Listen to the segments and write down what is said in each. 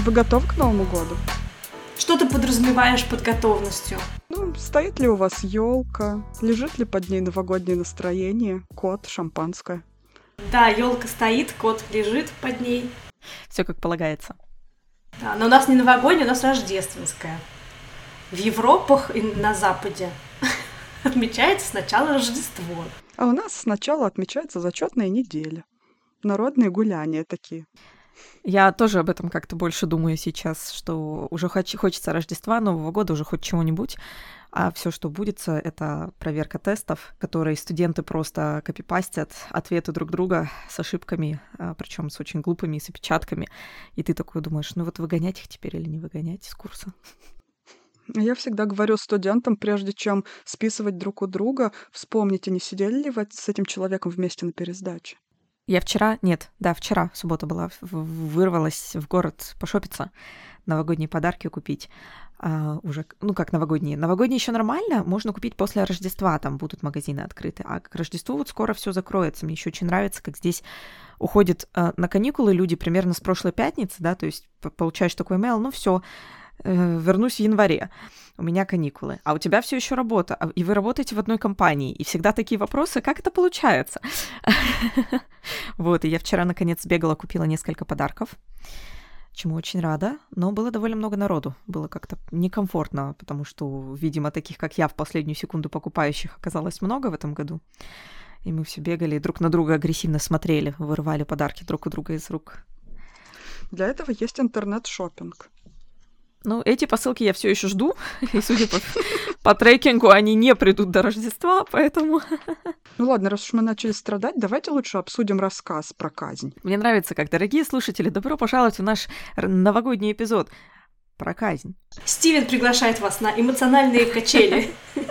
Вы готовы к Новому году? Что ты подразумеваешь под готовностью? Стоит ли у вас елка? Лежит ли под ней новогоднее настроение? Кот, шампанское? Да, елка стоит, кот лежит под ней. Все как полагается. Да, но у нас не новогодняя, у нас рождественская. В Европах и на Западе отмечается сначала Рождество. А у нас сначала отмечается зачетная неделя. Народные гуляния такие. Я тоже об этом как-то больше думаю сейчас, что уже хочется Рождества, Нового года, уже хоть чего-нибудь, а все, что будет, это проверка тестов, которые студенты просто копипастят ответы друг друга с ошибками, причем с очень глупыми, с опечатками, и ты такой думаешь, выгонять их теперь или не выгонять из курса? Я всегда говорю студентам, прежде чем списывать друг у друга, вспомните, не сидели ли вы с этим человеком вместе на пересдаче? Я вчера, в суббота была, вырвалась в город пошопиться, новогодние подарки купить. Уже, как новогодние. Новогодние еще нормально, можно купить после Рождества, там будут магазины открыты. А к Рождеству вот скоро все закроется. Мне еще очень нравится, как здесь уходят на каникулы люди примерно с прошлой пятницы, да, то есть получаешь такой имейл, все, вернусь в январе. У меня каникулы, а у тебя все еще работа, и вы работаете в одной компании, и всегда такие вопросы, как это получается? Вот, и я вчера, наконец, сбегала, купила несколько подарков, чему очень рада, но было довольно много народу, было как-то некомфортно, потому что, видимо, таких, как я, в последнюю секунду покупающих оказалось много в этом году, и мы все бегали, друг на друга агрессивно смотрели, вырывали подарки друг у друга из рук. Для этого есть интернет-шоппинг. Эти посылки я все еще жду, и, судя по трекингу, они не придут до Рождества, поэтому... Ладно, раз уж мы начали страдать, давайте лучше обсудим рассказ про казнь. Мне нравится, как, дорогие слушатели, добро пожаловать в наш новогодний эпизод про казнь. Стивен приглашает вас на эмоциональные качели.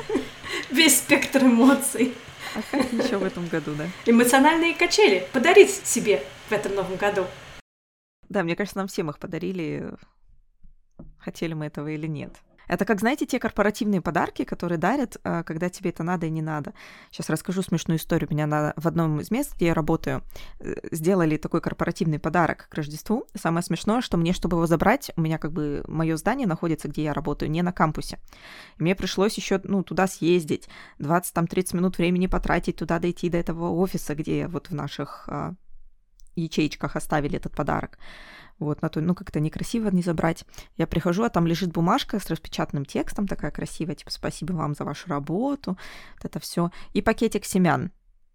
Весь спектр эмоций. А как еще в этом году, да? Эмоциональные качели. Подарить себе в этом новом году. Да, мне кажется, нам всем их подарили... Хотели мы этого или нет. Это как, знаете, те корпоративные подарки, которые дарят, когда тебе это надо и не надо. Сейчас расскажу смешную историю. У меня в одном из мест, где я работаю, сделали такой корпоративный подарок к Рождеству. Самое смешное, что мне, чтобы его забрать, у меня мое здание находится, где я работаю, не на кампусе. И мне пришлось еще туда съездить, 20-30 минут времени потратить, туда дойти до этого офиса, где вот в наших ячеечках оставили этот подарок. Вот, как-то некрасиво не забрать. Я прихожу, а там лежит бумажка с распечатанным текстом, такая красивая, типа «Спасибо вам за вашу работу», вот это все. И пакетик семян.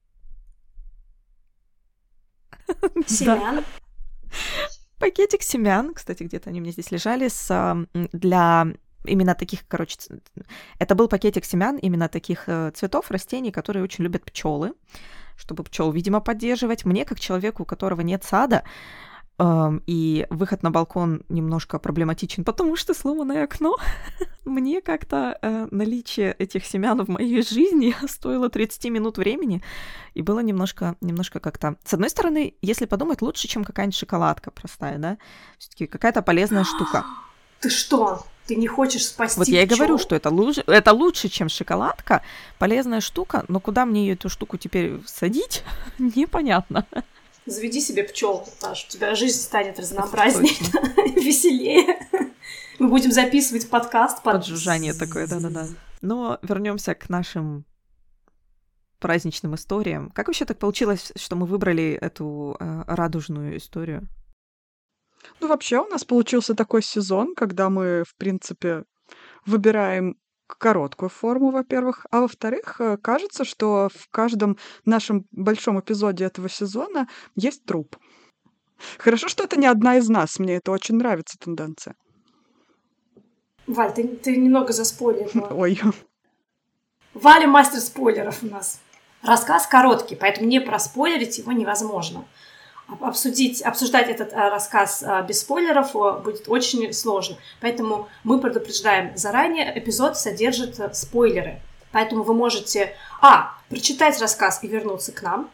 Семян? Пакетик семян, кстати, где-то они у меня здесь лежали, для именно таких, это был пакетик семян именно таких цветов, растений, которые очень любят пчелы, чтобы пчел, видимо, поддерживать. Мне, как человеку, у которого нет сада, и выход на балкон немножко проблематичен, потому что сломанное окно. Мне как-то наличие этих семян в моей жизни стоило 30 минут времени, и было немножко как-то... С одной стороны, если подумать, лучше, чем какая-нибудь шоколадка простая, да? Все-таки какая-то полезная штука. Ты что? Ты не хочешь спасти Вот я и пчёл? говорю, что это лучше, чем шоколадка, полезная штука, но куда мне эту штуку теперь садить, непонятно. Заведи себе пчел, Паш, у тебя жизнь станет разнообразнее, веселее. Мы будем записывать подкаст под жужжание такое, да-да-да. Но вернемся к нашим праздничным историям. Как вообще так получилось, что мы выбрали эту радужную историю? Вообще у нас получился такой сезон, когда мы, в принципе, выбираем короткую форму, во-первых, а во-вторых, кажется, что в каждом нашем большом эпизоде этого сезона есть труп. Хорошо, что это не одна из нас, мне это очень нравится, тенденция. Валь, ты немного заспойлерила. Ой. Валя мастер спойлеров у нас. Рассказ короткий, поэтому не проспойлерить его невозможно. Обсуждать этот рассказ без спойлеров будет очень сложно. Поэтому мы предупреждаем заранее, эпизод содержит спойлеры. Поэтому вы можете прочитать рассказ и вернуться к нам.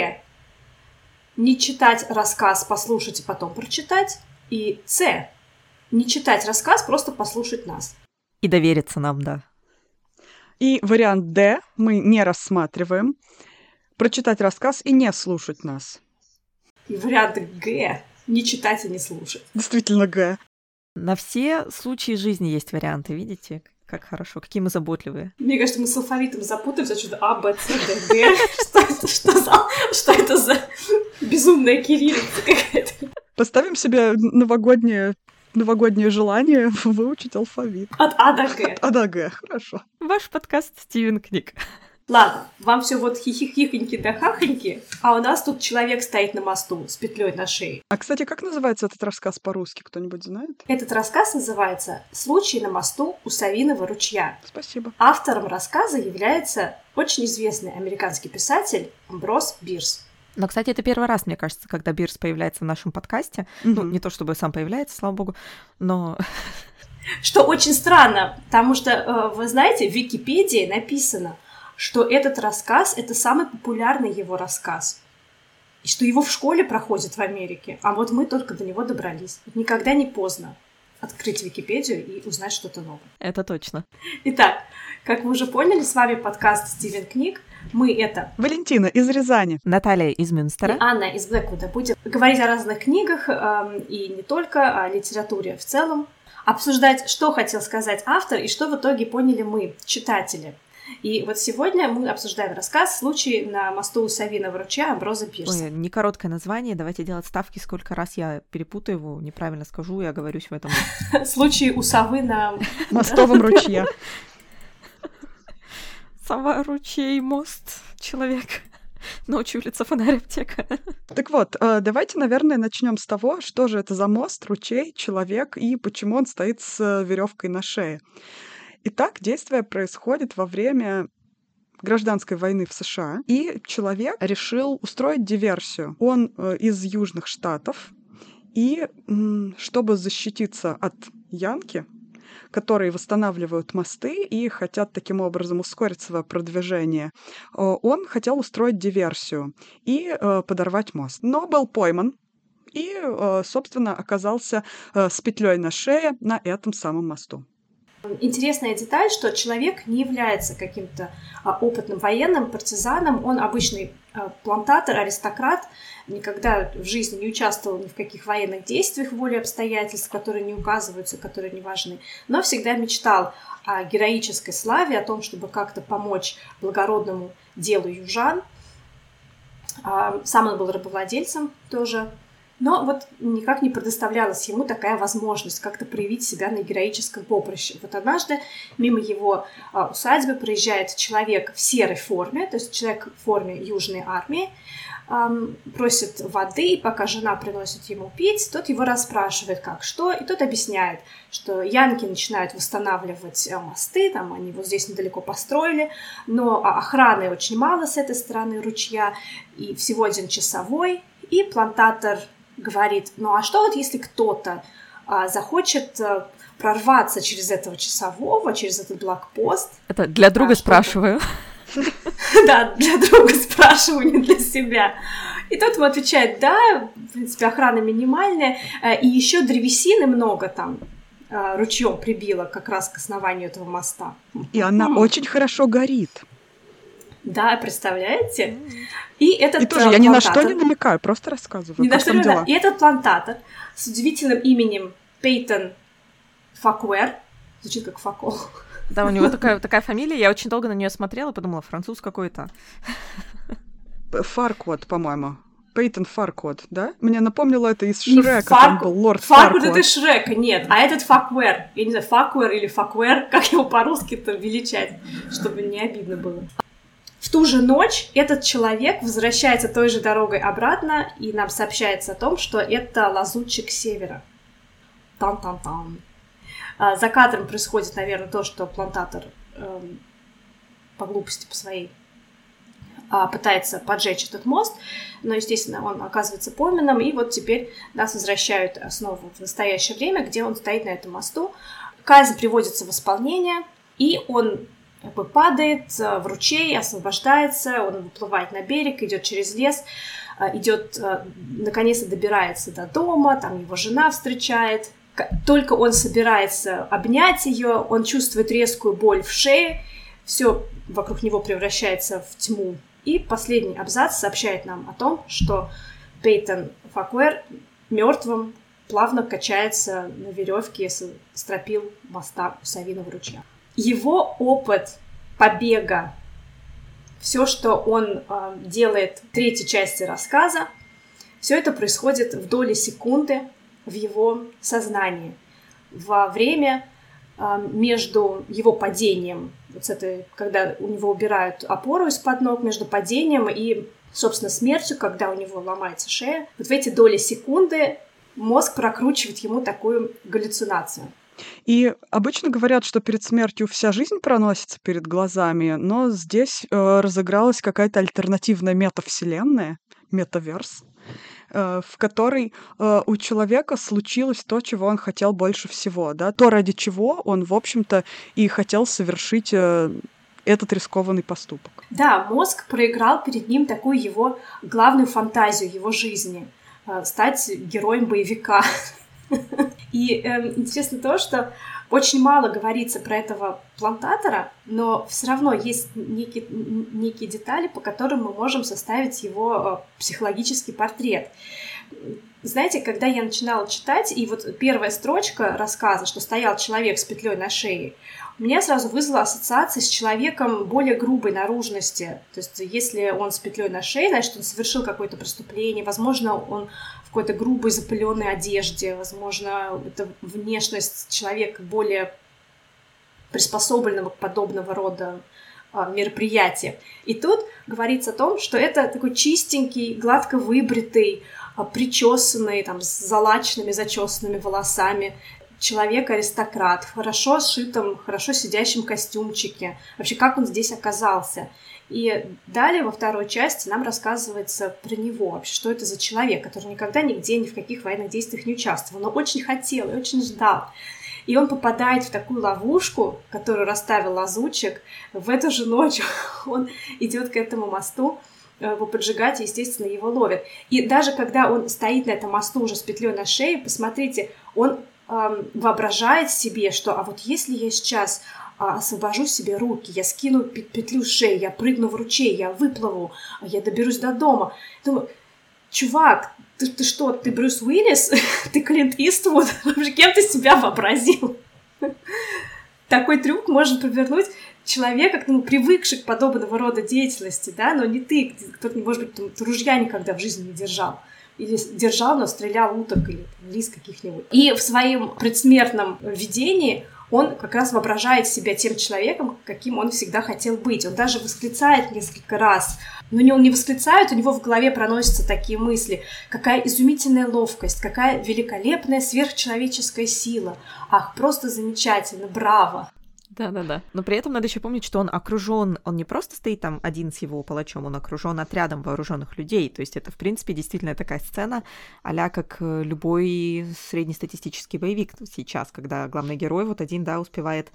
Не читать рассказ, послушать и потом прочитать. И не читать рассказ, просто послушать нас. И довериться нам, да. И вариант Д мы не рассматриваем. Прочитать рассказ и не слушать нас. И вариант Г – не читать и не слушать. Действительно Г. На все случаи жизни есть варианты, видите? Как хорошо, какие мы заботливые. Мне кажется, мы с алфавитом запутаемся, что-то А, Б, С, Д, Д. Что это за безумная кириллица какая-то? Поставим себе новогоднее желание выучить алфавит. От А до Г. От А до Г, хорошо. Ваш подкаст Стивен Книг. Ладно, вам все вот хихихихоньки да хахоньки, а у нас тут человек стоит на мосту с петлей на шее. А, кстати, как называется этот рассказ по-русски, кто-нибудь знает? Этот рассказ называется «Случай на мосту у Савиного ручья». Спасибо. Автором рассказа является очень известный американский писатель Амброс Бирс. Но, кстати, это первый раз, мне кажется, когда Бирс появляется в нашем подкасте. Ну, не то чтобы сам появляется, слава богу, но... Что очень странно, потому что, вы знаете, в Википедии написано, что этот рассказ — это самый популярный его рассказ, и что его в школе проходят в Америке, а вот мы только до него добрались. Никогда не поздно открыть Википедию и узнать что-то новое. Это точно. Итак, как вы уже поняли, с вами подкаст «Стивен Книг». Мы — это Валентина из Рязани, Наталья из Мюнстера и Анна из Блэквуда. Будем говорить о разных книгах, и не только, о литературе в целом, обсуждать, что хотел сказать автор и что в итоге поняли мы, читатели. И вот сегодня мы обсуждаем рассказ «Случай на мосту у Савиного ручья» Амброза Бирса. Ой, не короткое название, давайте делать ставки, сколько раз я перепутаю его, неправильно скажу и оговорюсь в этом. «Случай у совы на мостовом ручье. Сова, ручей, мост, человек. Ночью улица, фонарь, аптека. Так вот, давайте, наверное, начнем с того, что же это за мост, ручей, человек и почему он стоит с веревкой на шее. Итак, действие происходит во время гражданской войны в США, и человек решил устроить диверсию. Он из Южных Штатов, и чтобы защититься от янки, которые восстанавливают мосты и хотят таким образом ускорить свое продвижение, он хотел устроить диверсию и подорвать мост. Но был пойман и, собственно, оказался с петлей на шее на этом самом мосту. Интересная деталь, что человек не является каким-то опытным военным, партизаном, он обычный плантатор, аристократ, никогда в жизни не участвовал ни в каких военных действиях воле обстоятельств, которые не указываются, которые не важны, но всегда мечтал о героической славе, о том, чтобы как-то помочь благородному делу южан. Сам он был рабовладельцем тоже. Но вот никак не предоставлялась ему такая возможность как-то проявить себя на героическом поприще. Вот однажды мимо его усадьбы проезжает человек в серой форме, то есть человек в форме Южной армии, просит воды, и пока жена приносит ему пить, тот его расспрашивает, как что, и тот объясняет, что янки начинают восстанавливать мосты, там они вот здесь недалеко построили, но охраны очень мало с этой стороны ручья, и всего один часовой, и плантатор говорит, ну а что вот если кто-то захочет прорваться через этого часового, через этот блокпост? Это для друга спрашиваю. Да, для друга спрашиваю, не для себя. И тот ему отвечает, да, в принципе, охрана минимальная, и еще древесины много там ручьем прибило как раз к основанию этого моста. И она очень хорошо горит. Да, представляете? И тоже я ни на что не намекаю, просто рассказываю, ни как там дела. И этот плантатор с удивительным именем Пейтон Факуэр, звучит как факол. Да, у него такая фамилия, я очень долго на нее смотрела, подумала, француз какой-то. Фаркот, по-моему. Пейтон Фаркот, да? Мне напомнило это из Шрека, там был лорд Фаркот. Фаркот — это Шрека, нет. А этот Факуэр. Я не знаю, Факуэр или Факуэр, как его по-русски-то величать, чтобы не обидно было. В ту же ночь этот человек возвращается той же дорогой обратно, и нам сообщается о том, что это лазутчик севера. Тан-тан-тан. За кадром происходит, наверное, то, что плантатор по глупости по своей пытается поджечь этот мост, но, естественно, он оказывается пойманным, и вот теперь нас возвращают снова в настоящее время, где он стоит на этом мосту. Казнь приводится в исполнение, и он как бы падает в ручей, освобождается, он выплывает на берег, идет через лес, идет, наконец-то добирается до дома, там его жена встречает. Только он собирается обнять ее, он чувствует резкую боль в шее, все вокруг него превращается в тьму. И последний абзац сообщает нам о том, что Пейтон Факуэр мертвым плавно качается на веревке с стропил моста у Савиного ручья. Его опыт побега, все, что он делает в третьей части рассказа, все это происходит в доли секунды в его сознании, во время между его падением, вот с этой, когда у него убирают опору из-под ног, между падением и, собственно, смертью, когда у него ломается шея, вот в эти доли секунды мозг прокручивает ему такую галлюцинацию. И обычно говорят, что перед смертью вся жизнь проносится перед глазами, но здесь разыгралась какая-то альтернативная метавселенная, метаверс, в которой у человека случилось то, чего он хотел больше всего, да, то, ради чего он, в общем-то, и хотел совершить этот рискованный поступок. Да, мозг проиграл перед ним такую его главную фантазию его жизни — стать героем боевика. И интересно то, что очень мало говорится про этого плантатора, но все равно есть некие детали, по которым мы можем составить его психологический портрет. Знаете, когда я начинала читать, и вот первая строчка рассказа, что стоял человек с петлей на шее, у меня сразу вызвала ассоциация с человеком более грубой наружности. То есть если он с петлей на шее, значит, он совершил какое-то преступление, возможно, он в какой-то грубой запыленной одежде, возможно, это внешность человека более приспособленного к подобного рода мероприятиям. И тут говорится о том, что это такой чистенький, гладко выбритый, причесанный, там, с залаченными, зачесанными волосами человек-аристократ, в хорошо сшитом, хорошо сидящем костюмчике. Вообще, как он здесь оказался? И далее во второй части нам рассказывается про него, вообще, что это за человек, который никогда нигде, ни в каких военных действиях не участвовал, но очень хотел и очень ждал. И он попадает в такую ловушку, которую расставил лазутчик. В эту же ночь он идет к этому мосту, его поджигать, и, естественно, его ловят. И даже когда он стоит на этом мосту уже с петлей на шее, посмотрите, он воображает себе, что а вот если я сейчас освобожу себе руки, я скину петлю с шеи, я прыгну в ручей, я выплыву, я доберусь до дома. Думаю, чувак, ты что, ты Брюс Уиллис? Ты Клинт Иствуд? Вообще, кем ты себя вообразил? Такой трюк может повернуть человека, привыкший к подобного рода деятельности, да, но не ты, кто-то, может быть, ружья никогда в жизни не держал. Или держал, но стрелял уток или лис каких-нибудь. И в своем предсмертном видении он как раз воображает себя тем человеком, каким он всегда хотел быть. Он даже восклицает несколько раз. Но он не восклицает, у него в голове проносятся такие мысли. Какая изумительная ловкость, какая великолепная сверхчеловеческая сила. Ах, просто замечательно, браво. Да-да-да. Но при этом надо еще помнить, что он окружен, он не просто стоит там один с его палачом, он окружен отрядом вооруженных людей. То есть это, в принципе, действительно такая сцена, а-ля как любой среднестатистический боевик сейчас, когда главный герой вот один, да, успевает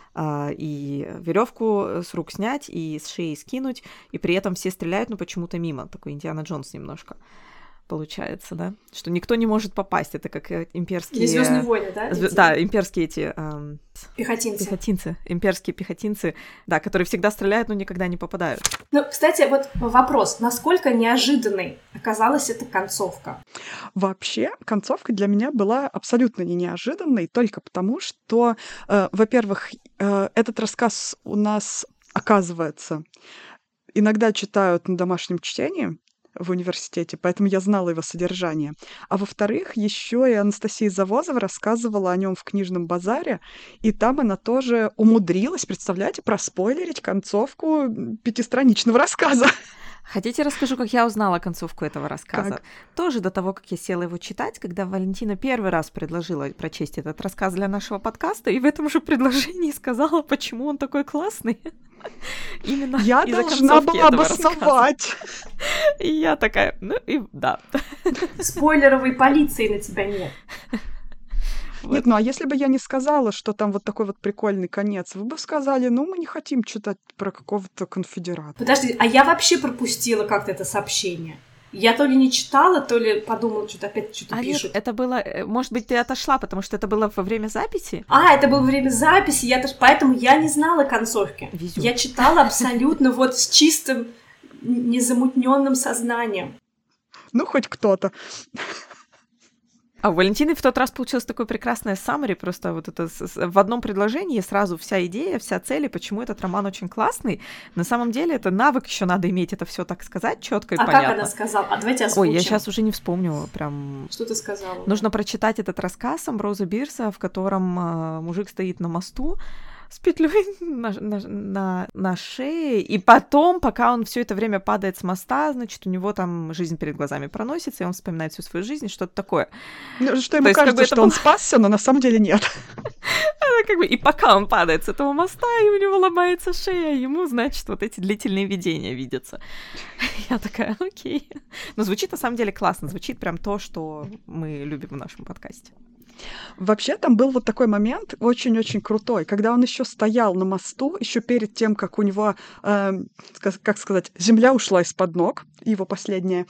и веревку с рук снять, и с шеи скинуть, и при этом все стреляют, но почему-то мимо. Такой Индиана Джонс немножко. Получается, да? Что никто не может попасть. Это как имперские... «Звездные войны», да? Да, имперские эти... Пехотинцы. Имперские пехотинцы, да, которые всегда стреляют, но никогда не попадают. Ну, кстати, вот вопрос. Насколько неожиданной оказалась эта концовка? Вообще, концовка для меня была абсолютно не неожиданной, только потому, что, во-первых, этот рассказ у нас, оказывается, иногда читают на домашнем чтении в университете, поэтому я знала его содержание. А во-вторых, еще и Анастасия Завозова рассказывала о нем в книжном базаре, и там она тоже умудрилась, представляете, проспойлерить концовку 5-страничного рассказа. Хотите, расскажу, как я узнала концовку этого рассказа? Так. Тоже до того, как я села его читать, когда Валентина первый раз предложила прочесть этот рассказ для нашего подкаста, и в этом же предложении сказала, почему он такой классный. Именно я из-за должна концовки была этого обосновать. И я такая, ну и да. Спойлеровой полиции на тебя нет. Нет, ну а если бы я не сказала, что там вот такой вот прикольный конец, вы бы сказали, ну мы не хотим читать про какого-то конфедерата. Подожди, а я вообще пропустила как-то это сообщение. Я то ли не читала, то ли подумала, что-то опять что-то пишут. Нет, это было... Может быть, ты отошла, потому что это было во время записи? Это было во время записи, поэтому я не знала концовки. Везёт. Я читала абсолютно вот с чистым, незамутненным сознанием. Ну, хоть кто-то. А у Валентины в тот раз получилось такое прекрасное summary, просто вот это в одном предложении сразу вся идея, вся цель, и почему этот роман очень классный. На самом деле это навык еще надо иметь, это все так сказать четко и понятно. А как она сказала? А давайте озвучим. Ой, я сейчас уже не вспомню прям... Что ты сказала? Нужно прочитать этот рассказ Амброза Бирса, в котором мужик стоит на мосту с петлей на шее, и потом, пока он все это время падает с моста, значит, у него там жизнь перед глазами проносится, и он вспоминает всю свою жизнь, что-то такое. Ну, что ему кажется, что он спасся, но на самом деле нет. И пока он падает с этого моста, и у него ломается шея, ему, значит, вот эти длительные видения видятся. Я такая, окей. Но звучит на самом деле классно, звучит прям то, что мы любим в нашем подкасте. Вообще там был вот такой момент очень-очень крутой, когда он еще стоял на мосту, еще перед тем, как у него, как сказать, земля ушла из-под ног, его последняя,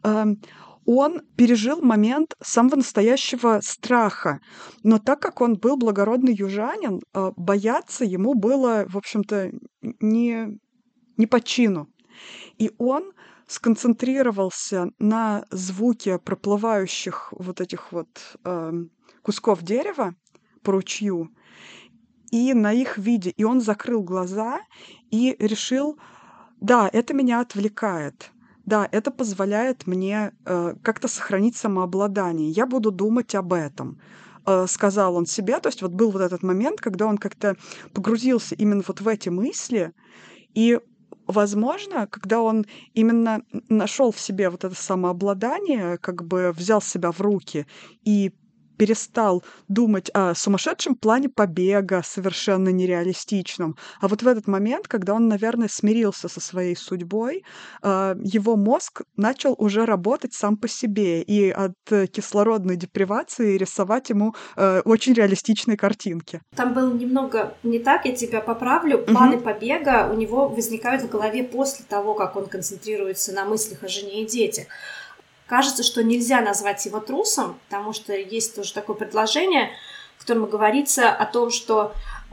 он пережил момент самого настоящего страха. Но так как он был благородный южанин, бояться ему было, в общем-то, не по чину. И он сконцентрировался на звуке проплывающих вот этих вот кусков дерева по ручью и на их виде. И он закрыл глаза и решил, да, это меня отвлекает. Да, это позволяет мне как-то сохранить самообладание. Я буду думать об этом, сказал он себе. То есть вот был вот этот момент, когда он как-то погрузился именно вот в эти мысли. И, возможно, когда он именно нашел в себе вот это самообладание, как бы взял себя в руки и перестал думать о сумасшедшем плане побега, совершенно нереалистичном. А вот в этот момент, когда он, наверное, смирился со своей судьбой, его мозг начал уже работать сам по себе и от кислородной депривации рисовать ему очень реалистичные картинки. Там было немного не так, я тебя поправлю. Планы побега у него возникают в голове после того, как он концентрируется на мыслях о жене и детях. Кажется, что нельзя назвать его трусом, потому что есть тоже такое предложение, в котором говорится о том, что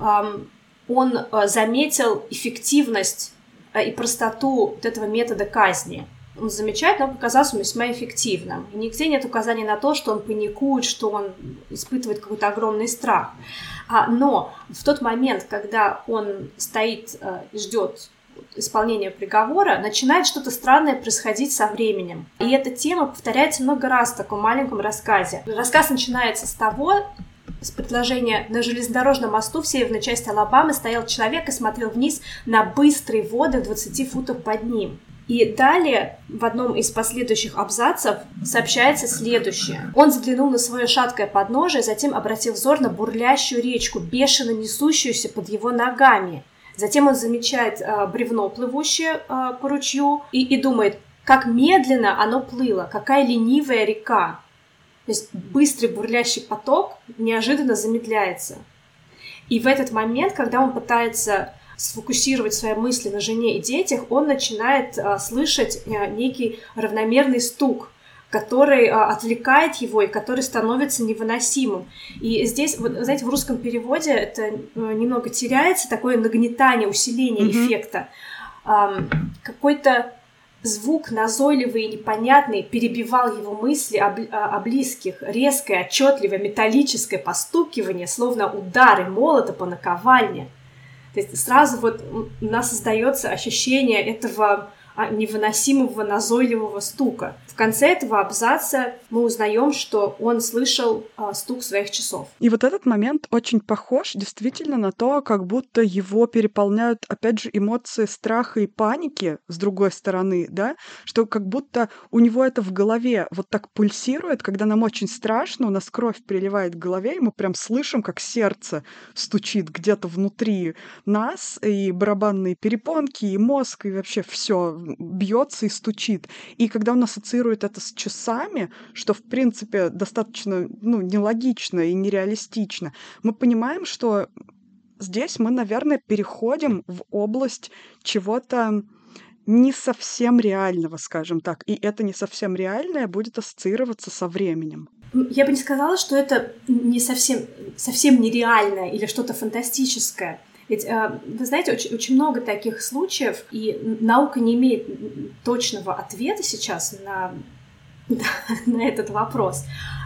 он заметил эффективность и простоту вот этого метода казни. Он замечает, но он показался весьма эффективным. И нигде нет указаний на то, что он паникует, что он испытывает какой-то огромный страх. Но в тот момент, когда он стоит и ждет исполнения приговора, начинает что-то странное происходить со временем. И эта тема повторяется много раз в таком маленьком рассказе. Рассказ начинается с предложения: на железнодорожном мосту в северной части Алабамы стоял человек и смотрел вниз на быстрые воды в 20 футах под ним. И далее в одном из последующих абзацев сообщается следующее. Он взглянул на свое шаткое подножие, затем обратил взор на бурлящую речку, бешено несущуюся под его ногами. Затем он замечает бревно, плывущее по ручью, и думает, как медленно оно плыло, какая ленивая река. То есть быстрый бурлящий поток неожиданно замедляется. И в этот момент, когда он пытается сфокусировать свои мысли на жене и детях, он начинает слышать некий равномерный стук, который отвлекает его и который становится невыносимым. И здесь, вот, знаете, в русском переводе это немного теряется, такое нагнетание, усиление эффекта. Какой-то звук назойливый и непонятный перебивал его мысли о близких, резкое, отчетливое, металлическое постукивание, словно удары молота по наковальне. То есть сразу вот у нас создается ощущение этого невыносимого назойливого стука. В конце этого абзаца мы узнаем, что он слышал стук своих часов. И вот этот момент очень похож действительно на то, как будто его переполняют, опять же, эмоции страха и паники с другой стороны, да, что как будто у него это в голове вот так пульсирует, когда нам очень страшно, у нас кровь приливает к голове, и мы прям слышим, как сердце стучит где-то внутри нас, и барабанные перепонки, и мозг, и вообще все бьется и стучит. И когда он ассоциирует это с часами, что, в принципе, достаточно, нелогично и нереалистично, мы понимаем, что здесь мы, наверное, переходим в область чего-то не совсем реального, скажем так. И это не совсем реальное будет ассоциироваться со временем. Я бы не сказала, что это не совсем нереальное или что-то фантастическое. Ведь, вы знаете, очень много таких случаев, и наука не имеет точного ответа сейчас на этот вопрос.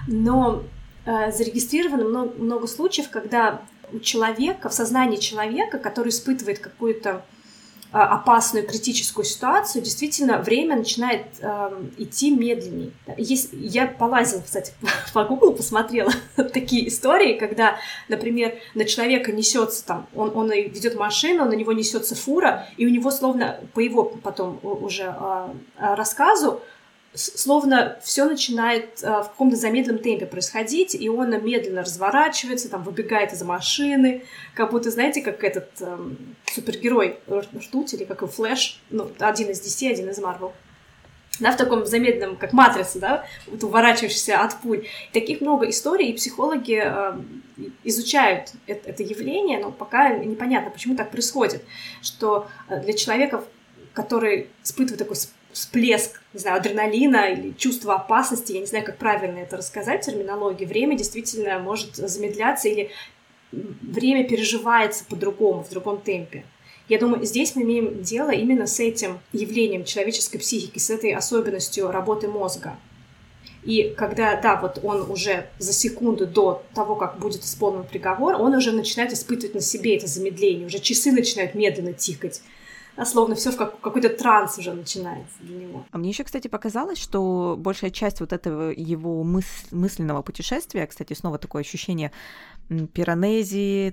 Но зарегистрировано много случаев, когда у человека, в сознании человека, который испытывает какую-то опасную критическую ситуацию, действительно время начинает идти медленнее. Я полазила, кстати, по Google, посмотрела такие истории, когда, например, на человека несется там, он ведет машину, на него несется фура, и у него словно, по его потом уже рассказу, словно все начинает в каком-то замедленном темпе происходить, и он медленно разворачивается, там, выбегает из машины, как будто, знаете, как этот супергерой Ртуть, или как и Флэш, ну, 1 из 10, 1 из Марвел. Да, в таком замедленном, как матрица, да, вот уворачиваешься от пуль. Таких много историй, и психологи изучают это явление, но пока непонятно, почему так происходит, что для человека, который испытывает такой всплеск, не знаю, адреналина или чувство опасности, я не знаю, как правильно это рассказать в терминологии, время действительно может замедляться или время переживается по-другому, в другом темпе. Я думаю, здесь мы имеем дело именно с этим явлением человеческой психики, с этой особенностью работы мозга. И когда, да, вот он уже за секунду до того, как будет исполнен приговор, он уже начинает испытывать на себе это замедление, уже часы начинают медленно тикать. Словно все в какой-то транс уже начинается для него. А мне еще, кстати, показалось, что большая часть вот этого его мысленного путешествия, кстати, снова такое ощущение Пиранези,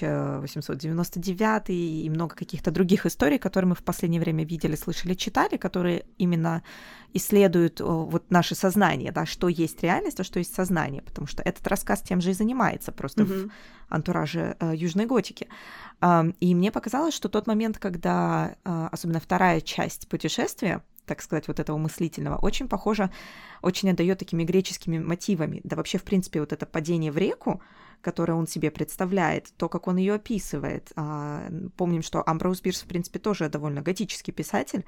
1899 и много каких-то других историй, которые мы в последнее время видели, слышали, читали, которые именно исследуют вот наше сознание, да, что есть реальность, а что есть сознание, потому что этот рассказ тем же и занимается просто в антураже южной готики. И мне показалось, что тот момент, когда, особенно вторая часть путешествия, так сказать, вот этого мыслительного, очень похоже, очень отдаёт такими греческими мотивами. Да вообще, в принципе, вот это падение в реку, которое он себе представляет, то, как он ее описывает. Помним, что Амброуз Бирс, в принципе, тоже довольно готический писатель.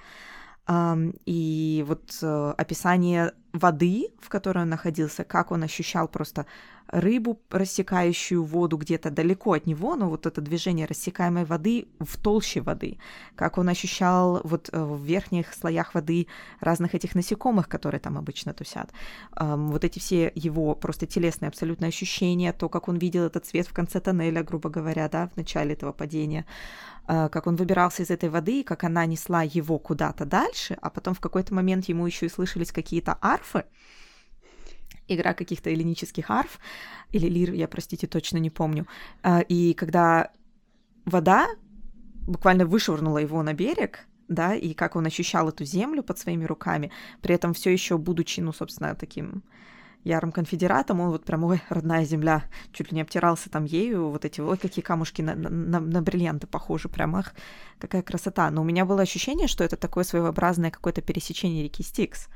И вот описание воды, в которой он находился, как он ощущал просто рыбу, рассекающую воду где-то далеко от него, но вот это движение рассекаемой воды в толще воды, как он ощущал вот в верхних слоях воды разных этих насекомых, которые там обычно тусят, вот эти все его просто телесные абсолютно ощущения, то, как он видел этот свет в конце тоннеля, грубо говоря, да, в начале этого падения, как он выбирался из этой воды, как она несла его куда-то дальше, а потом в какой-то момент ему еще и слышались какие-то арфы, игра каких-то эллинических арф, или лир, я, простите, точно не помню. И когда вода буквально вышвырнула его на берег, да, и как он ощущал эту землю под своими руками, при этом все еще будучи, ну, собственно, таким ярым конфедератом, он вот прям, ой, родная земля, чуть ли не обтирался там ею, вот эти, ой, какие камушки на бриллианты похожи, прям, ах, какая красота. Но у меня было ощущение, что это такое своеобразное какое-то пересечение реки Стикс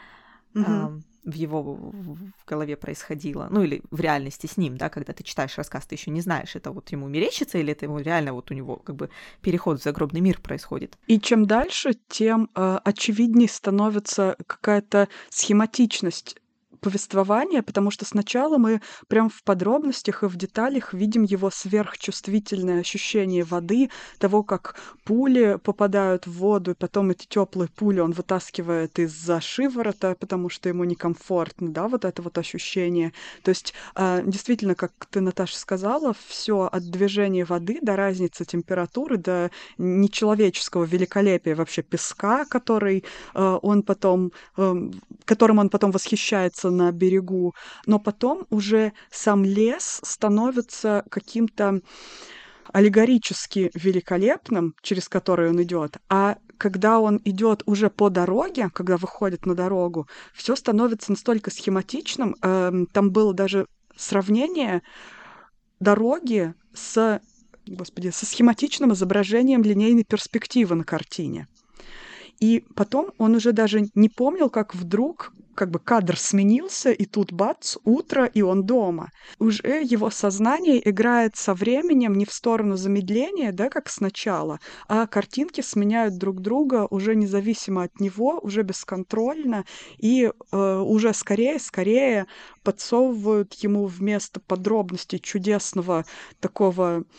в его в голове происходило, ну или в реальности с ним, да, когда ты читаешь рассказ, ты еще не знаешь, это вот ему мерещится или это ему реально вот у него как бы переход в загробный мир происходит. И чем дальше, тем очевидней становится какая-то схематичность повествования, потому что сначала мы прям в подробностях и в деталях видим его сверхчувствительное ощущение воды, того, как пули попадают в воду, и потом эти теплые пули он вытаскивает из-за шиворота, потому что ему некомфортно, да, вот это вот ощущение. То есть действительно, как ты, Наташа, сказала, все от движения воды до разницы температуры, до нечеловеческого великолепия вообще песка, который он потом, которым он потом восхищается на берегу, но потом уже сам лес становится каким-то аллегорически великолепным, через который он идет, а когда он идет уже по дороге, когда выходит на дорогу, все становится настолько схематичным. Там было даже сравнение дороги со схематичным изображением линейной перспективы на картине. И потом он уже даже не помнил, как вдруг как бы кадр сменился, и тут бац, утро, и он дома. Уже его сознание играет со временем не в сторону замедления, да, как сначала, а картинки сменяют друг друга уже независимо от него, уже бесконтрольно, и уже скорее подсовывают ему вместо подробностей чудесного такого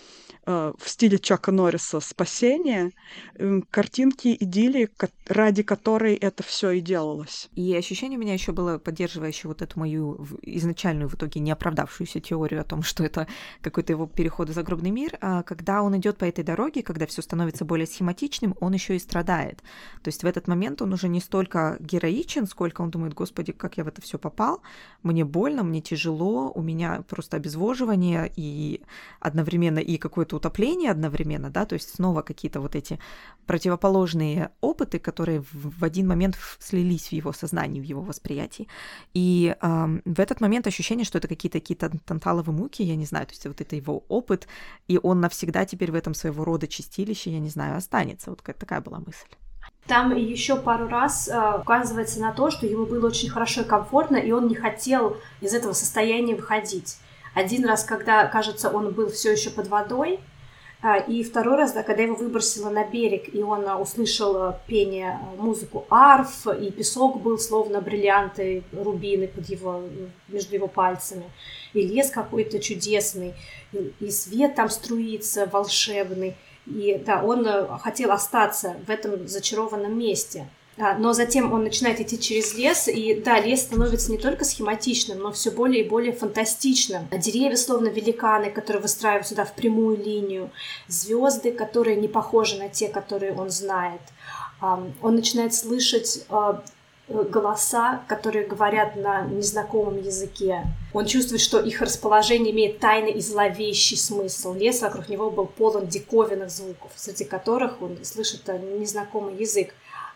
в стиле Чака Норриса «Спасение», картинки идиллии, ради которой это все и делалось. И ощущение у меня еще было, поддерживающее вот эту мою изначальную, в итоге не оправдавшуюся теорию о том, что это какой-то его переход в загробный мир, когда он идет по этой дороге, когда все становится более схематичным, он еще и страдает. То есть в этот момент он уже не столько героичен, сколько он думает: Господи, как я в это все попал, мне больно, мне тяжело, у меня просто обезвоживание и одновременно и какое-то утопление одновременно, да, то есть снова какие-то вот эти противоположные опыты, которые в один момент слились в его сознании, в его восприятии. И в этот момент ощущение, что это какие-то танталовые муки, я не знаю, то есть вот это его опыт, и он навсегда теперь в этом своего рода чистилище, я не знаю, останется. Вот такая была мысль. Там еще пару раз указывается на то, что ему было очень хорошо и комфортно, и он не хотел из этого состояния выходить. Один раз, когда, кажется, он был все еще под водой, и второй раз, да, когда его выбросило на берег, и он услышал пение, музыку арф, и песок был словно бриллианты, рубины между его пальцами, и лес какой-то чудесный, и свет там струится волшебный. И да, он хотел остаться в этом зачарованном месте. Но затем он начинает идти через лес, и да, лес становится не только схематичным, но все более и более фантастичным. Деревья словно великаны, которые выстраиваются сюда в прямую линию, звезды, которые не похожи на те, которые он знает. Он начинает слышать голоса, которые говорят на незнакомом языке. Он чувствует, что их расположение имеет тайный и зловещий смысл. Лес вокруг него был полон диковинных звуков, среди которых он слышит незнакомый язык.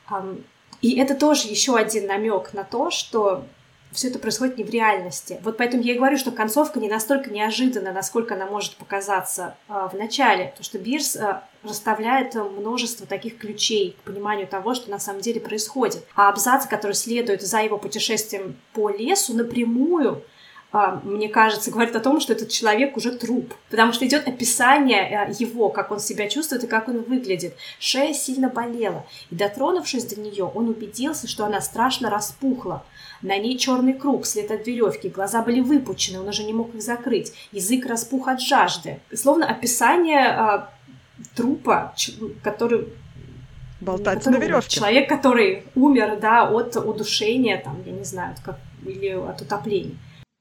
И это тоже еще один намек на то, что все это происходит не в реальности. Вот поэтому я и говорю, что концовка не настолько неожиданна, насколько она может показаться в начале, потому что Бирс расставляет множество таких ключей к пониманию того, что на самом деле происходит. А абзацы, которые следуют за его путешествием по лесу, напрямую, мне кажется, говорит о том, что этот человек уже труп, потому что идет описание его, как он себя чувствует и как он выглядит. Шея сильно болела, и, дотронувшись до нее, он убедился, что она страшно распухла. На ней черный круг, след от веревки, глаза были выпучены, он уже не мог их закрыть, язык распух от жажды. Словно описание трупа, который... Болтается на веревке. Человек, который умер, да, от удушения, там, я не знаю, или от утопления.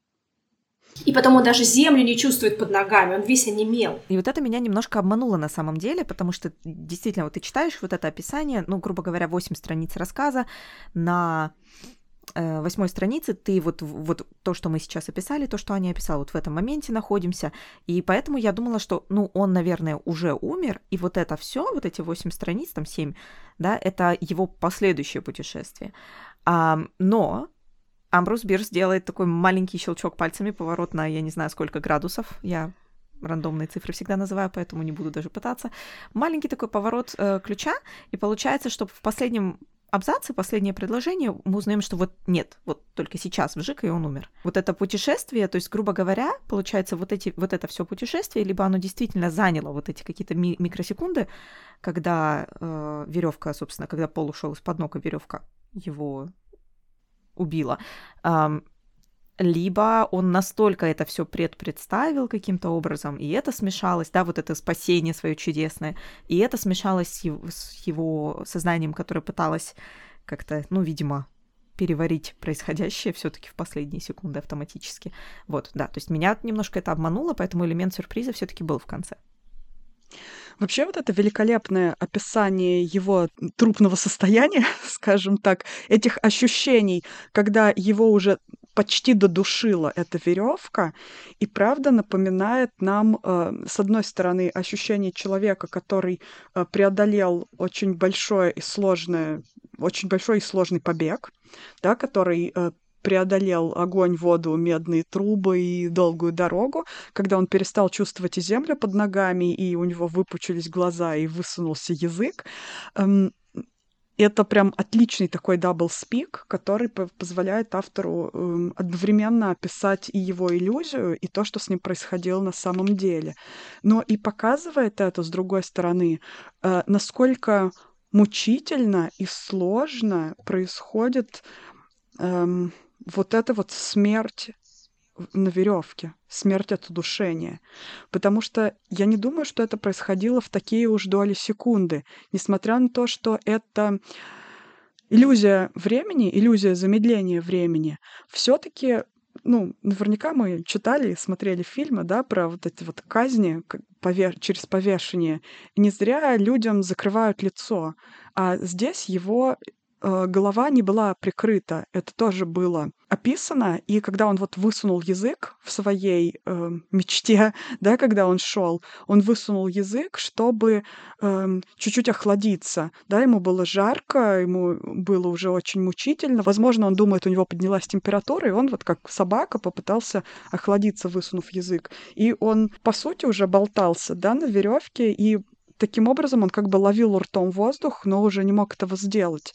И потом он даже землю не чувствует под ногами, он весь онемел. И вот это меня немножко обмануло на самом деле, потому что действительно, вот ты читаешь вот это описание, ну, грубо говоря, 8 страниц рассказа, на 8 странице ты вот то, что мы сейчас описали, то, что Аня описала, вот в этом моменте находимся, и поэтому я думала, что, ну, он, наверное, уже умер, и вот это все, вот эти 8 страниц, там 7, да, это его последующее путешествие. Но Амброс Бирс делает такой маленький щелчок пальцами, поворот на, я не знаю, сколько градусов. Я рандомные цифры всегда называю, поэтому не буду даже пытаться. Маленький такой поворот ключа, и получается, что в последнем абзаце, последнее предложение, мы узнаем, что вот нет, вот только сейчас вжик, и он умер. Вот это путешествие, то есть, грубо говоря, получается, вот это все путешествие, либо оно действительно заняло вот эти какие-то микросекунды, когда веревка, собственно, когда Пол ушел из-под ног, и веревка его убила, либо он настолько это все представил каким-то образом, и это смешалось, да, вот это спасение свое чудесное, и это смешалось с его сознанием, которое пыталось как-то, ну, видимо, переварить происходящее все-таки в последние секунды автоматически. Вот, да, то есть меня немножко это обмануло, поэтому элемент сюрприза все-таки был в конце. Вообще вот это великолепное описание его трупного состояния, скажем так, этих ощущений, когда его уже почти додушила эта веревка, и правда напоминает нам, с одной стороны, ощущение человека, который преодолел очень большой и сложный побег, да, который преодолел огонь, воду, медные трубы и долгую дорогу, когда он перестал чувствовать и землю под ногами, и у него выпучились глаза, и высунулся язык. Это прям отличный такой дабл-спик, который позволяет автору одновременно описать и его иллюзию, и то, что с ним происходило на самом деле. Но и показывает это, с другой стороны, насколько мучительно и сложно происходит вот эта вот смерть на веревке, смерть от удушения. Потому что я не думаю, что это происходило в такие уж доли секунды, несмотря на то, что это иллюзия времени, иллюзия замедления времени. Все-таки, ну, наверняка мы читали и смотрели фильмы, да, про вот эти вот казни через повешение. И не зря людям закрывают лицо. А здесь его голова не была прикрыта. Это тоже было описано. И когда он вот высунул язык в своей мечте, да, когда он шел, он высунул язык, чтобы чуть-чуть охладиться. Да, ему было жарко, ему было уже очень мучительно. Возможно, он думает, у него поднялась температура, и он вот как собака попытался охладиться, высунув язык. И он, по сути, уже болтался, да, на веревке, и таким образом он как бы ловил ртом воздух, но уже не мог этого сделать.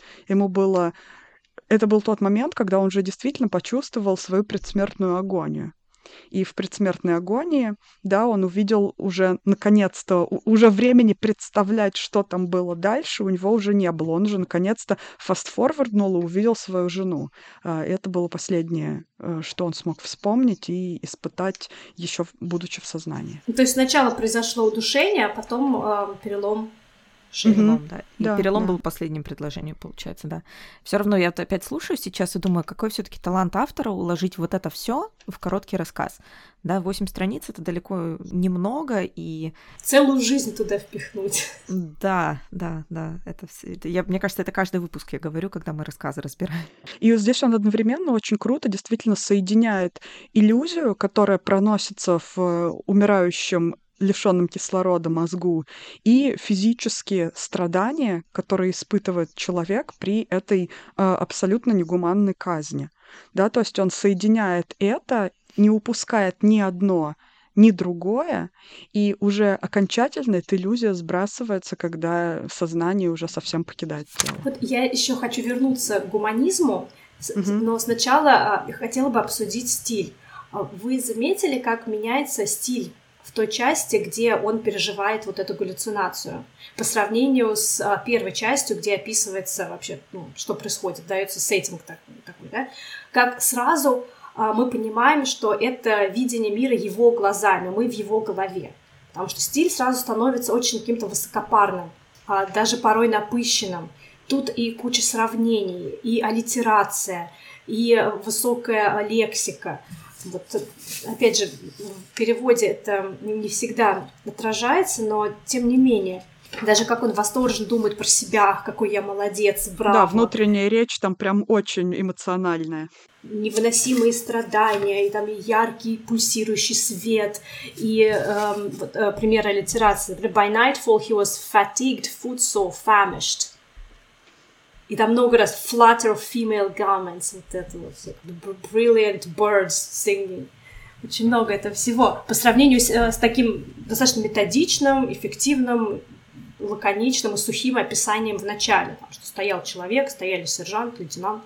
Это был тот момент, когда он уже действительно почувствовал свою предсмертную агонию. И в предсмертной агонии, да, он увидел уже, наконец-то, уже времени представлять, что там было дальше, у него уже не было. Он уже, наконец-то, фастфорварднул и увидел свою жену. Это было последнее, что он смог вспомнить и испытать, еще будучи в сознании. То есть сначала произошло удушение, а потом перелом шеи. Перелом, да. И перелом был последним предложением, получается, да. Все равно я опять слушаю сейчас и думаю, какой все-таки талант автора уложить вот это все в короткий рассказ. Да, 8 страниц — это далеко немного, и... Целую жизнь туда впихнуть. Да. Мне кажется, это каждый выпуск я говорю, когда мы рассказы разбираем. И вот здесь он одновременно очень круто действительно соединяет иллюзию, которая проносится в умирающем, лишённом кислорода мозгу, и физические страдания, которые испытывает человек при этой абсолютно негуманной казни. Да, то есть он соединяет это, не упускает ни одно, ни другое, и уже окончательно эта иллюзия сбрасывается, когда сознание уже совсем покидает тело. Вот я еще хочу вернуться к гуманизму, но сначала хотела бы обсудить стиль. Вы заметили, как меняется стиль в той части, где он переживает вот эту галлюцинацию, по сравнению с первой частью, где описывается вообще, что происходит, дается сеттинг такой, да? Как сразу мы понимаем, что это видение мира его глазами, мы в его голове. Потому что стиль сразу становится очень каким-то высокопарным, даже порой напыщенным. Тут и куча сравнений, и аллитерация, и высокая лексика. Вот, опять же, в переводе это не всегда отражается, но тем не менее. Даже как он восторженно думает про себя, какой я молодец, браво. Да, внутренняя речь там прям очень эмоциональная. Невыносимые страдания, и там и яркий пульсирующий свет, и пример аллитерации. By nightfall he was fatigued, footsore, famished. И там много раз flutter of female garments, вот это вот, brilliant birds singing. Очень много этого всего. По сравнению с таким достаточно методичным, эффективным, лаконичным и сухим описанием в начале. Там, что стоял человек, стояли сержант, лейтенант.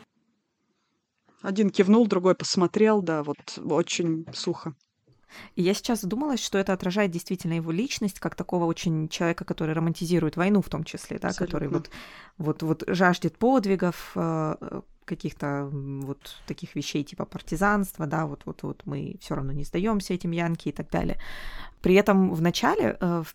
Один кивнул, другой посмотрел, да, вот очень сухо. И я сейчас задумалась, что это отражает действительно его личность, как такого очень человека, который романтизирует войну в том числе, да, который вот жаждет подвигов, каких-то вот таких вещей типа партизанства, да, вот мы все равно не сдаемся этим янки и так далее. При этом в начале, в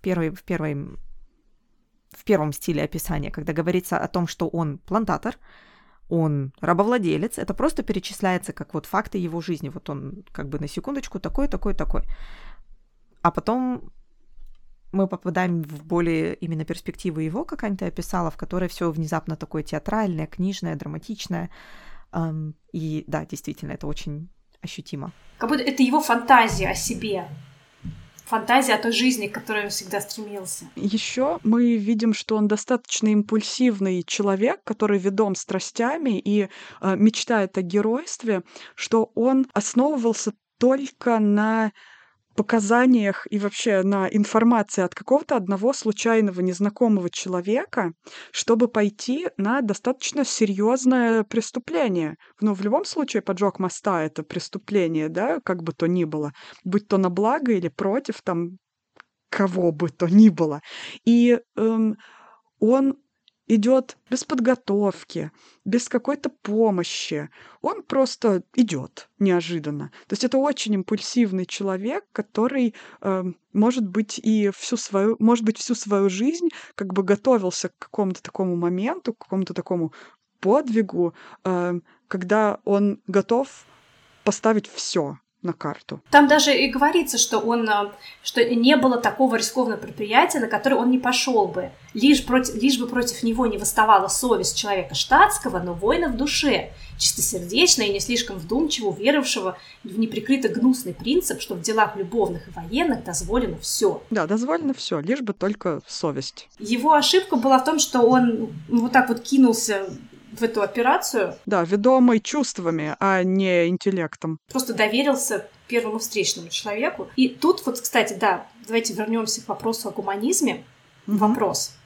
первом стиле описания, когда говорится о том, что он плантатор, он рабовладелец, это просто перечисляется как вот факты его жизни. Вот он как бы на секундочку такой. А потом мы попадаем в более именно перспективу его, как Аня описала, в которой все внезапно такое театральное, книжное, драматичное. И да, действительно, это очень ощутимо. Как будто это его фантазия о себе. Фантазия о той жизни, к которой он всегда стремился. Еще мы видим, что он достаточно импульсивный человек, который ведом страстями и мечтает о геройстве, что он основывался только на показаниях и вообще на информации от какого-то одного случайного незнакомого человека, чтобы пойти на достаточно серьезное преступление. Но в любом случае поджог моста — это преступление, да, как бы то ни было, будь то на благо или против там кого бы то ни было. И он идет без подготовки, без какой-то помощи. Он просто идет неожиданно. То есть это очень импульсивный человек, который, может быть, всю свою жизнь как бы готовился к какому-то такому моменту, к какому-то такому подвигу, когда он готов поставить все на карту. Там даже и говорится, что что не было такого рискованного предприятия, на которое он не пошел бы, лишь бы против него не восставала совесть человека штатского, но воина в душе, чистосердечного и не слишком вдумчиво уверовавшего в неприкрыто гнусный принцип, что в делах любовных и военных дозволено все. Да, дозволено все, лишь бы только совесть. Его ошибка была в том, что он вот так вот кинулся в эту операцию. Да, ведомый чувствами, а не интеллектом. Просто доверился первому встречному человеку. И тут вот, кстати, да, давайте вернемся к вопросу о гуманизме. Вопрос.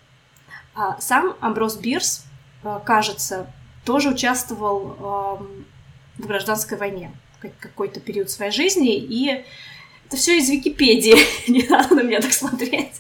Сам Амброс Бирс, кажется, тоже участвовал в гражданской войне в какой-то период своей жизни, и это все из Википедии, не надо на меня так смотреть.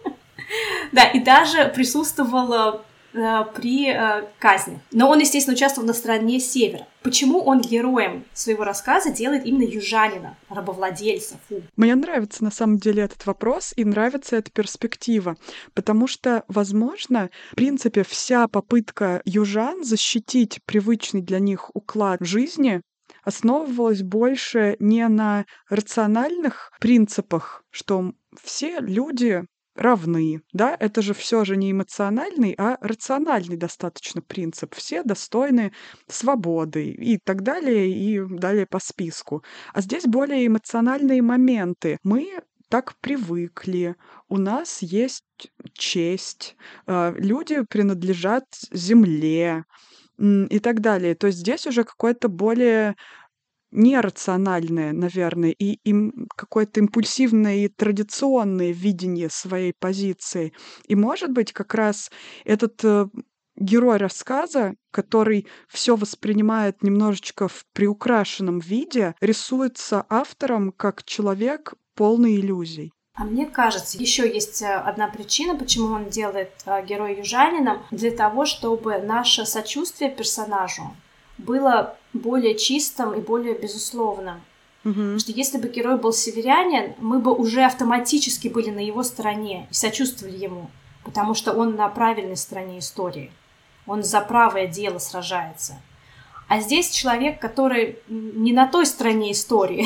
Да, и даже присутствовал при казни. Но он, естественно, участвовал на стороне севера. Почему он героем своего рассказа делает именно южанина, рабовладельца? Мне нравится, на самом деле, этот вопрос, и нравится эта перспектива, потому что, возможно, в принципе, вся попытка южан защитить привычный для них уклад жизни основывалась больше не на рациональных принципах, что все люди равны, да, это же все же не эмоциональный, а рациональный достаточно принцип. Все достойны свободы и так далее, и далее по списку. А здесь более эмоциональные моменты. Мы так привыкли, у нас есть честь, люди принадлежат земле, и так далее. То есть здесь уже какое-то более нерациональное, наверное, и какое-то импульсивное и традиционное видение своей позиции. И, может быть, как раз этот герой рассказа, который все воспринимает немножечко в приукрашенном виде, рисуется автором как человек полный иллюзий. А мне кажется, еще есть одна причина, почему он делает героя южанином, для того, чтобы наше сочувствие персонажу было более чистым и более безусловным. Потому что если бы герой был северянин, мы бы уже автоматически были на его стороне и сочувствовали ему, потому что он на правильной стороне истории. Он за правое дело сражается. А здесь человек, который не на той стороне истории,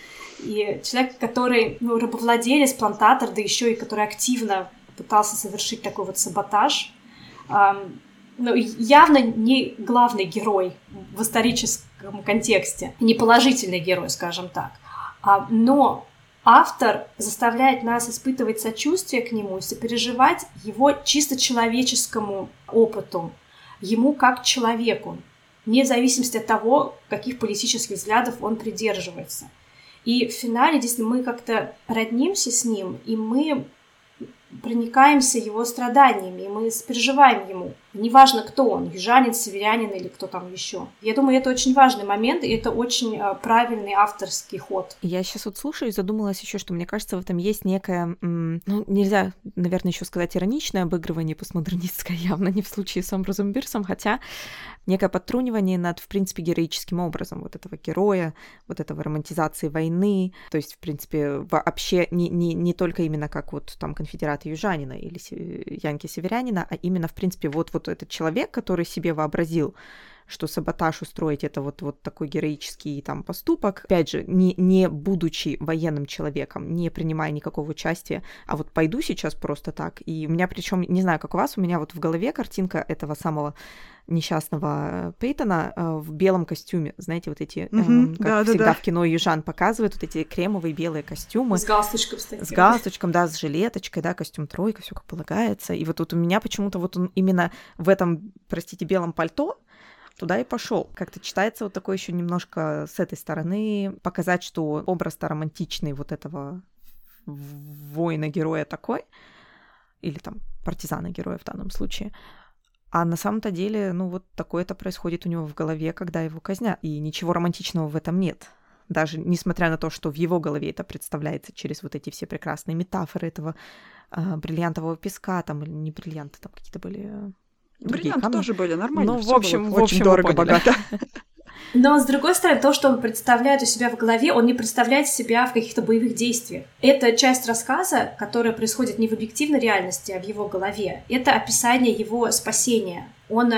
и человек, который рабовладелец, плантатор, да еще и который активно пытался совершить такой вот саботаж, явно не главный герой в историческом контексте, не положительный герой, скажем так. Но автор заставляет нас испытывать сочувствие к нему и сопереживать его чисто человеческому опыту, ему как человеку, вне зависимости от того, каких политических взглядов он придерживается. И в финале, действительно, мы как-то роднимся с ним, и мы проникаемся его страданиями, и мы сопереживаем ему. Неважно, кто он, южанин, северянин или кто там еще. Я думаю, это очень важный момент, и это очень правильный авторский ход. Я сейчас вот слушаю и задумалась еще, что мне кажется, в этом есть некое, нельзя, наверное, еще сказать ироничное обыгрывание постмодернистское, явно не в случае с Амбросом Бирсом, хотя некое подтрунивание над, в принципе, героическим образом вот этого героя, вот этого романтизации войны, то есть, в принципе, вообще не только именно как вот там конфедераты южанина или янки-северянина, а именно, в принципе, вот этот человек, который себе вообразил, что саботаж устроить — это вот такой героический там поступок, опять же, не будучи военным человеком, не принимая никакого участия, а вот пойду сейчас просто так. И у меня, причем не знаю, как у вас, у меня вот в голове картинка этого самого несчастного Пейтона в белом костюме. Знаете, вот эти, как всегда в кино южан показывают, вот эти кремовые белые костюмы. С галстучком, кстати. С галстучком, да, с жилеточкой, да, костюм тройка, все как полагается. И вот у меня почему-то вот он именно в этом, простите, белом пальто туда и пошел. Как-то читается вот такой еще немножко с этой стороны показать, что образ-то романтичный вот этого воина-героя такой, или там партизана-героя в данном случае. А на самом-то деле, вот такое-то происходит у него в голове, когда его казнят. И ничего романтичного в этом нет. Даже несмотря на то, что в его голове это представляется через вот эти все прекрасные метафоры этого бриллиантового песка, там, или не бриллианты, там какие-то были другие Бриллианты камни. тоже были нормально, Ну, в всё общем, было в очень общем, вы дорого, поняли. богато. Но, с другой стороны, то, что он представляет у себя в голове, он не представляет себя в каких-то боевых действиях. Это часть рассказа, которая происходит не в объективной реальности, а в его голове. Это описание его спасения. Он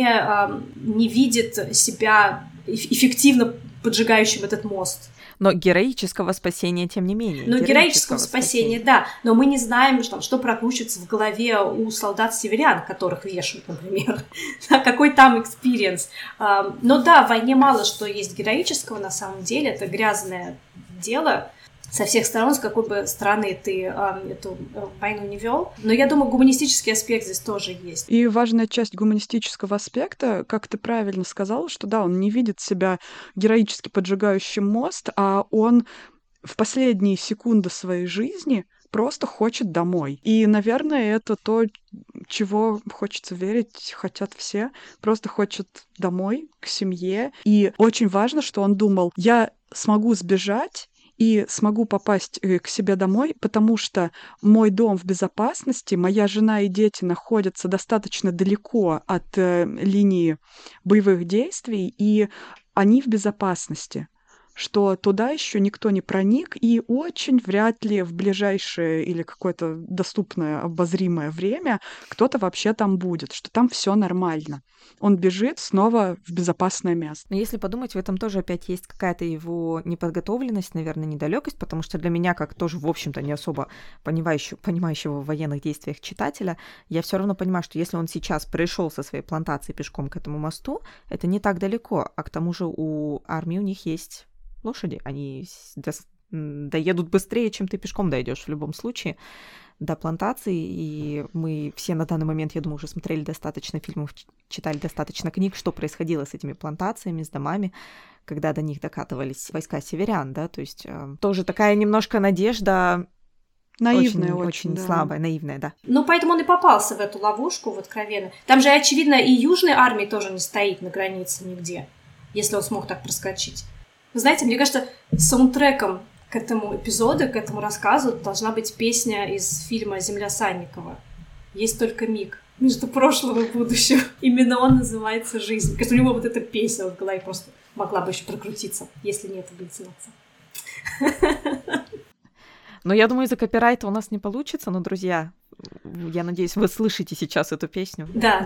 не видит себя эффективно поджигающим этот мост. Но героического спасения, тем не менее. Ну, героического спасения, да. Но мы не знаем, что прокручивается в голове у солдат-северян, которых вешают, например. Какой там экспириенс. Но да, в войне мало что есть героического, на самом деле. Это грязное дело со всех сторон, с какой бы стороны ты эту войну не вел. Но я думаю, гуманистический аспект здесь тоже есть. И важная часть гуманистического аспекта, как ты правильно сказала, что да, он не видит себя героически поджигающим мост, а он в последние секунды своей жизни просто хочет домой. И, наверное, это то, чего хочется верить, хотят все. Просто хочет домой, к семье. И очень важно, что он думал, я смогу сбежать и смогу попасть к себе домой, потому что мой дом в безопасности, моя жена и дети находятся достаточно далеко от линии боевых действий, и они в безопасности, что туда еще никто не проник, и очень вряд ли в ближайшее или какое-то доступное, обозримое время кто-то вообще там будет, что там все нормально. Он бежит снова в безопасное место. Но если подумать, в этом тоже опять есть какая-то его неподготовленность, наверное, недалекость, потому что для меня, как тоже, в общем-то, не особо понимающего в военных действиях читателя, я все равно понимаю, что если он сейчас пришел со своей плантации пешком к этому мосту, это не так далеко, а к тому же у армии у них есть лошади, они доедут быстрее, чем ты пешком дойдешь в любом случае до плантации, и мы все на данный момент, я думаю, уже смотрели достаточно фильмов, читали достаточно книг, что происходило с этими плантациями, с домами, когда до них докатывались войска северян, да, то есть тоже такая немножко надежда, Наивная очень да. слабая, наивная, да. Ну, поэтому он и попался в эту ловушку, вот откровенно. Там же, очевидно, и южной армии тоже не стоит на границе нигде, если он смог так проскочить. Вы знаете, мне кажется, саундтреком к этому эпизоду, к этому рассказу должна быть песня из фильма «Земля Санникова». «Есть только миг между прошлым и будущим». Именно он называется «Жизнь». Кажется, у него вот эта песня в голове просто могла бы еще прокрутиться, если нет галлюцинаций. Но я думаю, из-за копирайта у нас не получится, но, друзья, я надеюсь, вы слышите сейчас эту песню. Да.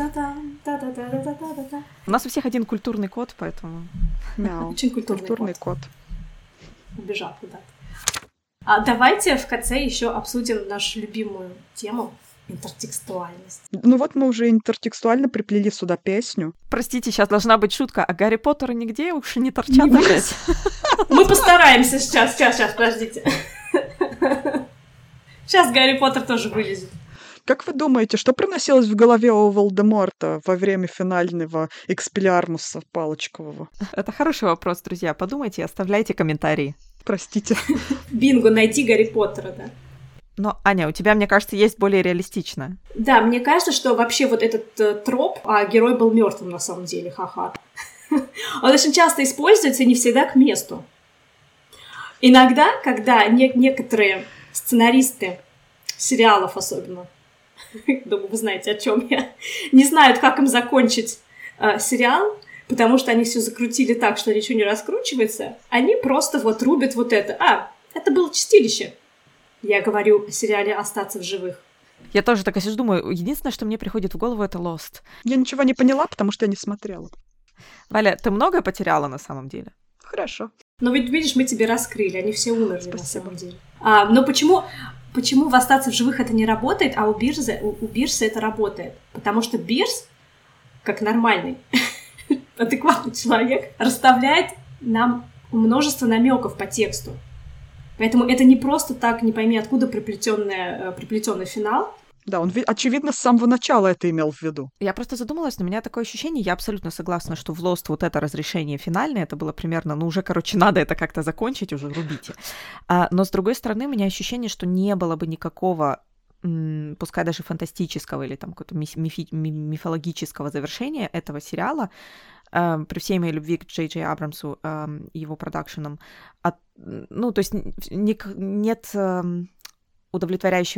У нас у всех один культурный код, поэтому... Мяу. Очень культурный код. Убежал куда-то. А давайте в конце еще обсудим нашу любимую тему — интертекстуальность. Ну вот мы уже интертекстуально приплели сюда песню. Простите, сейчас должна быть шутка, а Гарри Поттера нигде уж не торчат опять. Мы постараемся сейчас, подождите. Сейчас Гарри Поттер тоже вылезет. Как вы думаете, что проносилось в голове у Волдеморта во время финального экспеллиармуса палочкового? Это хороший вопрос, друзья. Подумайте и оставляйте комментарии. Простите. Бинго, найти Гарри Поттера, да. Но, Аня, у тебя, мне кажется, есть более реалистично. Да, мне кажется, что вообще вот этот троп, а герой был мертвым на самом деле, ха-ха. Он очень часто используется и не всегда к месту. Иногда, когда некоторые сценаристы сериалов особенно, думаю, вы знаете, о чем я, не знают, как им закончить сериал, потому что они все закрутили так, что ничего не раскручивается, они просто вот рубят вот это. Это было чистилище. Я говорю о сериале «Остаться в живых». Я тоже так сижу, думаю, единственное, что мне приходит в голову, это Lost. Я ничего не поняла, потому что я не смотрела. Валя, ты многое потеряла на самом деле? Хорошо. Но ведь, видишь, мы тебе раскрыли, они все умерли. Спасибо. На самом деле. Но почему в «Остаться в живых» это не работает, а у Бирса это работает? Потому что Бирс, как нормальный, адекватный человек, расставляет нам множество намеков по тексту. Поэтому это не просто так, не пойми откуда приплетенный финал. Да, он, очевидно, с самого начала это имел в виду. Я просто задумалась, но у меня такое ощущение, я абсолютно согласна, что в Lost вот это разрешение финальное, это было примерно, уже, надо это как-то закончить, уже рубите. Но, с другой стороны, у меня ощущение, что не было бы никакого, пускай даже фантастического или там какого-то мифологического завершения этого сериала, при всей моей любви к Джей Джей Абрамсу и его продакшенам. То есть нет удовлетворяющего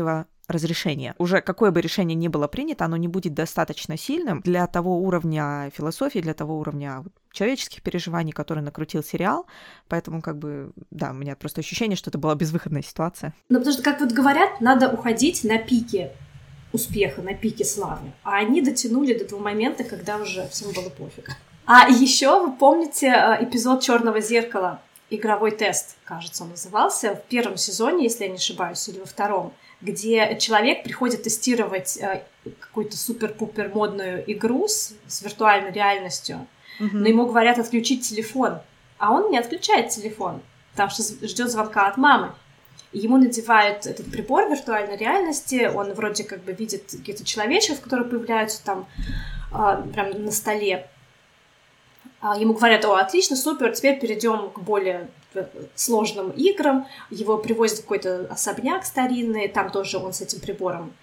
разрешение. Уже какое бы решение ни было принято, оно не будет достаточно сильным для того уровня философии, для того уровня человеческих переживаний, который накрутил сериал. Поэтому, как бы, да, у меня просто ощущение, что это была безвыходная ситуация. Ну, потому что, как вот говорят, надо уходить на пике успеха, на пике славы. А они дотянули до того момента, когда уже всем было пофиг. А еще вы помните эпизод «Черного зеркала», игровой тест, кажется, он назывался, в первом сезоне, если я не ошибаюсь, или во втором, где человек приходит тестировать какую-то супер-пупер модную игру с виртуальной реальностью, но ему говорят отключить телефон, а он не отключает телефон, потому что ждет звонка от мамы. И ему надевают этот прибор виртуальной реальности, он вроде как бы видит каких-то человечков, которые появляются там прям на столе. Ему говорят: о, отлично, супер, теперь перейдем к более сложным играм. Его привозят в какой-то особняк старинный, там тоже он с этим прибором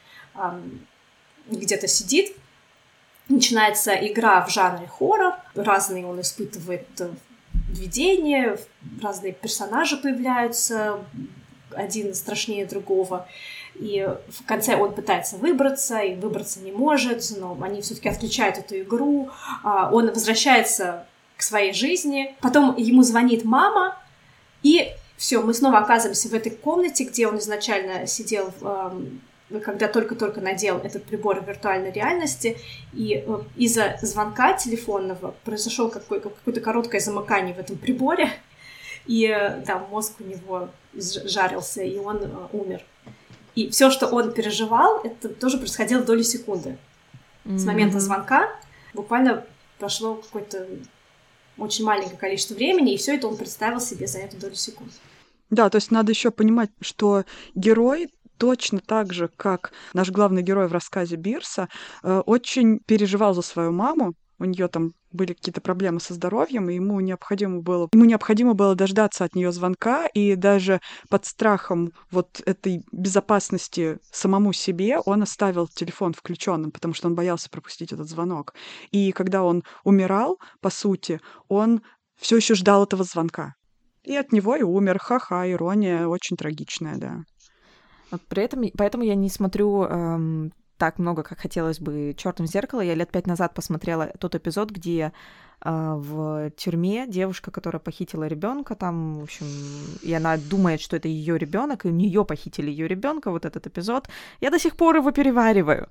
где-то сидит. Начинается игра в жанре хоррор, разные он испытывает видения, разные персонажи появляются, один страшнее другого. И в конце он пытается выбраться, и выбраться не может, но они все-таки отключают эту игру. Он возвращается к своей жизни. Потом ему звонит мама, и все, мы снова оказываемся в этой комнате, где он изначально сидел, когда только-только надел этот прибор виртуальной реальности. И из-за звонка телефонного произошло какое-то короткое замыкание в этом приборе, и да, мозг у него жарился, и он умер. И все, что он переживал, это тоже происходило в доли секунды. С момента звонка буквально прошло какое-то очень маленькое количество времени, и все это он представил себе за эту долю секунды. Да, то есть надо еще понимать, что герой точно так же, как наш главный герой в рассказе Бирса, очень переживал за свою маму. У нее там были какие-то проблемы со здоровьем, и ему необходимо было дождаться от нее звонка, и даже под страхом вот этой безопасности самому себе он оставил телефон включенным, потому что он боялся пропустить этот звонок. И когда он умирал, по сути, он все еще ждал этого звонка. И от него и умер. Ха-ха, ирония очень трагичная, да. Вот поэтому я не смотрю так много, как хотелось бы, «Чёрное зеркало». Я лет 5 назад посмотрела тот эпизод, где в тюрьме девушка, которая похитила ребенка, там, в общем, и она думает, что это ее ребенок, и у нее похитили ее ребенка. Вот этот эпизод. Я до сих пор его перевариваю.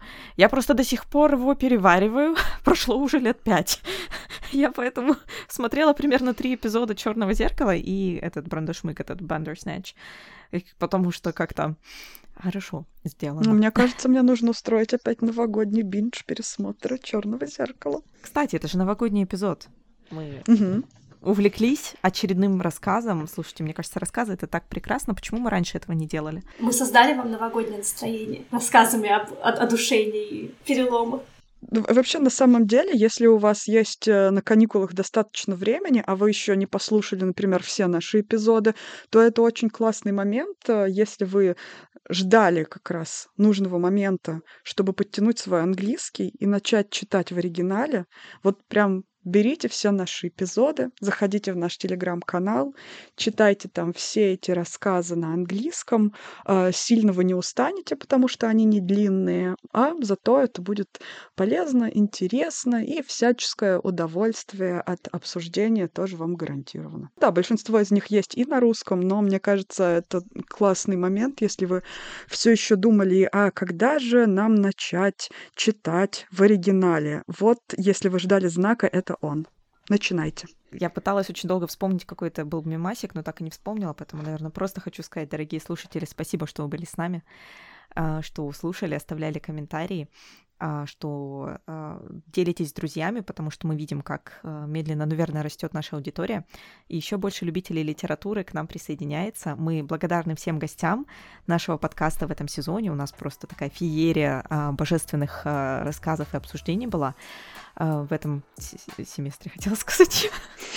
Прошло уже лет 5. Я поэтому смотрела примерно 3 эпизода «Чёрного зеркала» и этот Брандершмык, этот Бандерснэч. Потому что как-то хорошо сделано. Мне кажется, мне нужно устроить опять новогодний биндж пересмотра «Чёрного зеркала». Кстати, это же новогодний эпизод. Мы увлеклись очередным рассказом. Слушайте, мне кажется, рассказы — это так прекрасно. Почему мы раньше этого не делали? Мы создали вам новогоднее настроение рассказами о душении и переломах. Вообще, на самом деле, если у вас есть на каникулах достаточно времени, а вы еще не послушали, например, все наши эпизоды, то это очень классный момент, если вы ждали как раз нужного момента, чтобы подтянуть свой английский и начать читать в оригинале. Вот прям берите все наши эпизоды, заходите в наш телеграм-канал, читайте там все эти рассказы на английском. Сильно вы не устанете, потому что они не длинные, а зато это будет полезно, интересно, и всяческое удовольствие от обсуждения тоже вам гарантировано. Да, большинство из них есть и на русском, но мне кажется, это классный момент, если вы все еще думали, а когда же нам начать читать в оригинале? Вот, если вы ждали знака, это он. Начинайте. Я пыталась очень долго вспомнить, какой это был мемасик, но так и не вспомнила, поэтому, наверное, просто хочу сказать, дорогие слушатели, спасибо, что вы были с нами, что слушали, оставляли комментарии, что делитесь с друзьями, потому что мы видим, как медленно, наверное, растет наша аудитория. И еще больше любителей литературы к нам присоединяется. Мы благодарны всем гостям нашего подкаста в этом сезоне. У нас просто такая феерия божественных рассказов и обсуждений была в этом семестре, хотела сказать.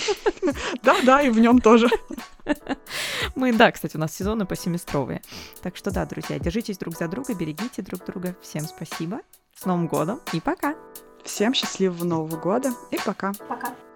Да, и в нем тоже. Да, кстати, у нас сезоны посеместровые. Так что да, друзья, держитесь друг за друга, берегите друг друга. Всем спасибо. С Новым годом и пока! Всем счастливого Нового года и пока! Пока!